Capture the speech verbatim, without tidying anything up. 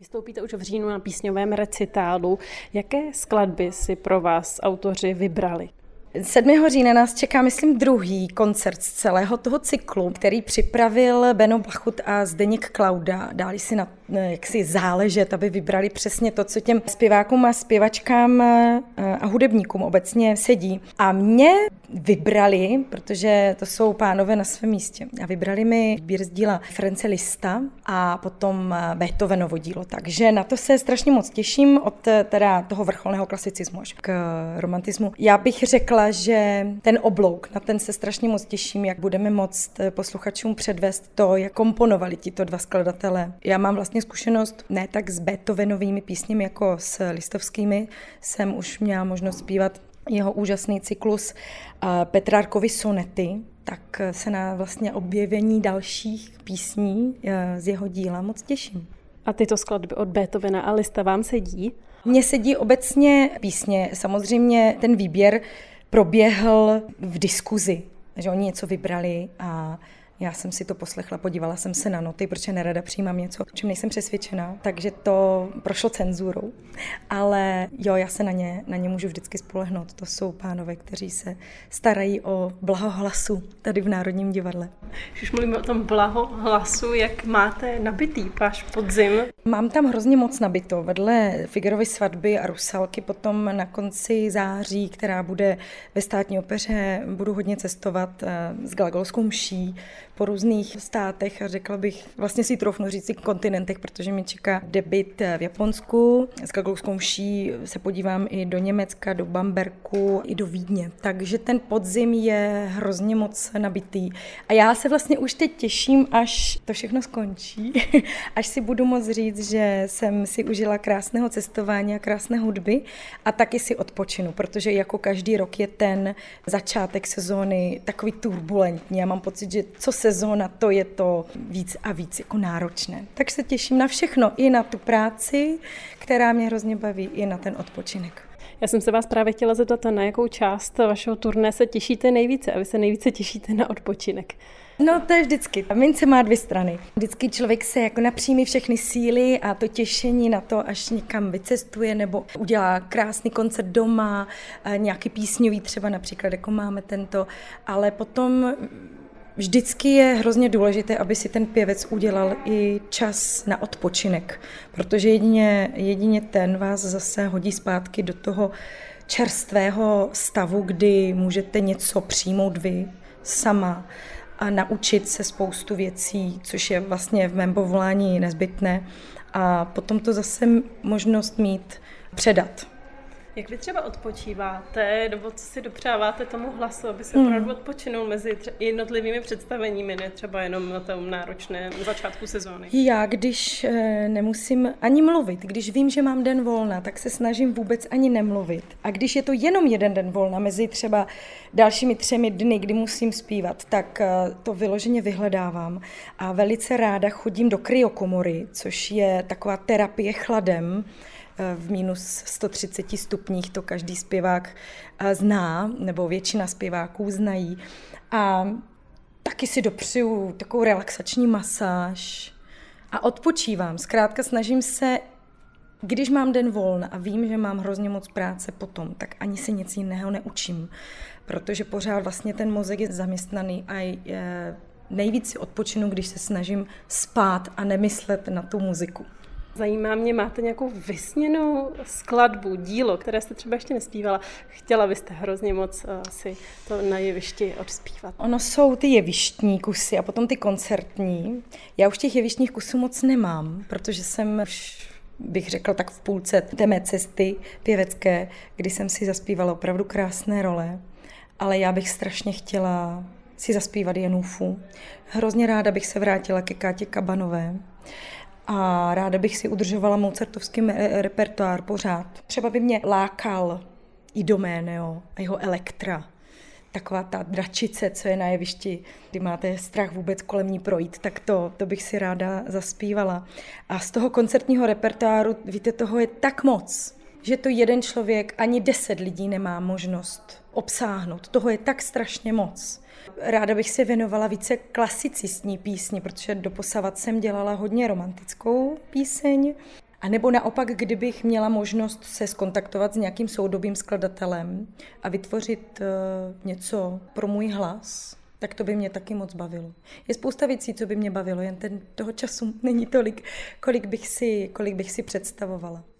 Vystoupíte už v říjnu na písňovém recitálu. Jaké skladby si pro vás autoři vybrali? sedmého října nás čeká, myslím, druhý koncert z celého toho cyklu, který připravil Beno Blachut a Zdeněk Klauda. Dali si na jaksi záležet, aby vybrali přesně to, co těm zpěvákům a zpěvačkám a hudebníkům obecně sedí. A mě vybrali, protože to jsou pánové na svém místě, a vybrali mi výběr z díla Ference Liszta a potom Beethovenovo dílo. Takže na to se strašně moc těším, od teda toho vrcholného klasicismu až k romantismu. Já bych řekla, že ten oblouk, na ten se strašně moc těším, jak budeme moct posluchačům předvést to, jak komponovali tito dva skladatelé. Já mám vlastně zkušenost ne tak s Beethovenovými písněmi jako s listovskými. Jsem už měla možnost zpívat jeho úžasný cyklus Petrárkovy sonety, tak se na vlastně objevení dalších písní z jeho díla moc těším. A tyto skladby od Beethovena a Liszta vám sedí? Mně sedí obecně písně. Samozřejmě ten výběr proběhl v diskuzi, že oni něco vybrali a já jsem si to poslechla, podívala jsem se na noty, protože nerada přijímám něco, o čem nejsem přesvědčená, takže to prošlo cenzurou. Ale jo, já se na ně, na ně můžu vždycky spolehnout. To jsou pánové, kteří se starají o blaho hlasu tady v Národním divadle. Když mluvíme o tom blaho hlasu, jak máte nabitý váš podzim? Mám tam hrozně moc nabito. Vedle Figarovy svatby a Rusalky potom na konci září, která bude ve Státní opeře, budu hodně cestovat s Glagolskou mší po různých státech a řekla bych, vlastně si troufnu říct si kontinentech, protože mi čeká debut v Japonsku. S Glagolskou mší se podívám i do Německa, do Bamberku, i do Vídně. Takže ten podzim je hrozně moc nabitý. A já se vlastně už teď těším, až to všechno skončí, až si budu moct říct, že jsem si užila krásného cestování a krásné hudby a taky si odpočinu, protože jako každý rok je ten začátek sezóny takový turbulentní. Já mám pocit, že co sezóna, to je to víc a víc jako náročné. Takže se těším na všechno, i na tu práci, která mě hrozně baví, i na ten odpočinek. Já jsem se vás právě chtěla zeptat, na jakou část vašeho turné se těšíte nejvíce a vy se nejvíce těšíte na odpočinek. No to je vždycky. Mince má dvě strany. Vždycky člověk se jako napřímí všechny síly a to těšení na to, až někam vycestuje nebo udělá krásný koncert doma, nějaký písňový třeba například, jako máme tento, ale potom vždycky je hrozně důležité, aby si ten pěvec udělal i čas na odpočinek, protože jedině, jedině ten vás zase hodí zpátky do toho čerstvého stavu, kdy můžete něco přijmout vy sama a naučit se spoustu věcí, což je vlastně v mém povolání nezbytné, a potom to zase možnost mít předat. Jak vy třeba odpočíváte, nebo co si dopřáváte tomu hlasu, aby se opravdu odpočinul mezi jednotlivými představeními, ne třeba jenom na tom náročném začátku sezóny? Já, když e, nemusím ani mluvit, když vím, že mám den volna, tak se snažím vůbec ani nemluvit. A když je to jenom jeden den volna mezi třeba dalšími třemi dny, kdy musím zpívat, tak e, to vyloženě vyhledávám. A velice ráda chodím do kryokomory, což je taková terapie chladem, v minus sto třicet stupních, to každý zpěvák zná, nebo většina zpěváků znají. A taky si dopřeju takovou relaxační masáž a odpočívám. Zkrátka snažím se, když mám den volna a vím, že mám hrozně moc práce potom, tak ani se nic jiného neučím, protože pořád vlastně ten mozek je zaměstnaný a je nejvíc si odpočinu, když se snažím spát a nemyslet na tu muziku. Zajímá mě, máte nějakou vysněnou skladbu, dílo, které jste třeba ještě nespívala? Chtěla byste hrozně moc uh, si to na jevišti odspívat. Ono jsou ty jevištní kusy a potom ty koncertní. Já už těch jevištních kusů moc nemám, protože jsem už, bych řekla, tak v půlce té mé cesty pěvecké, kdy jsem si zaspívala opravdu krásné role, ale já bych strašně chtěla si zaspívat Janůfu. Hrozně ráda bych se vrátila ke Kátě Kabanové. A ráda bych si udržovala mozartovský repertoár pořád. Třeba by mě lákal Idoméneo a jeho Elektra. Taková ta dračice, co je na jevišti, kdy máte strach vůbec kolem ní projít, tak to, to bych si ráda zaspívala. A z toho koncertního repertoáru, víte, toho je tak moc, že to jeden člověk, ani deset lidí nemá možnost obsáhnout. Toho je tak strašně moc. Ráda bych se věnovala více klasicistní písni, protože doposavat jsem dělala hodně romantickou píseň A nebo naopak, kdybych měla možnost se skontaktovat s nějakým soudobým skladatelem a vytvořit uh, něco pro můj hlas, tak to by mě taky moc bavilo. Je spousta věcí, co by mě bavilo, jen ten, toho času není tolik, kolik bych si, kolik bych si představovala.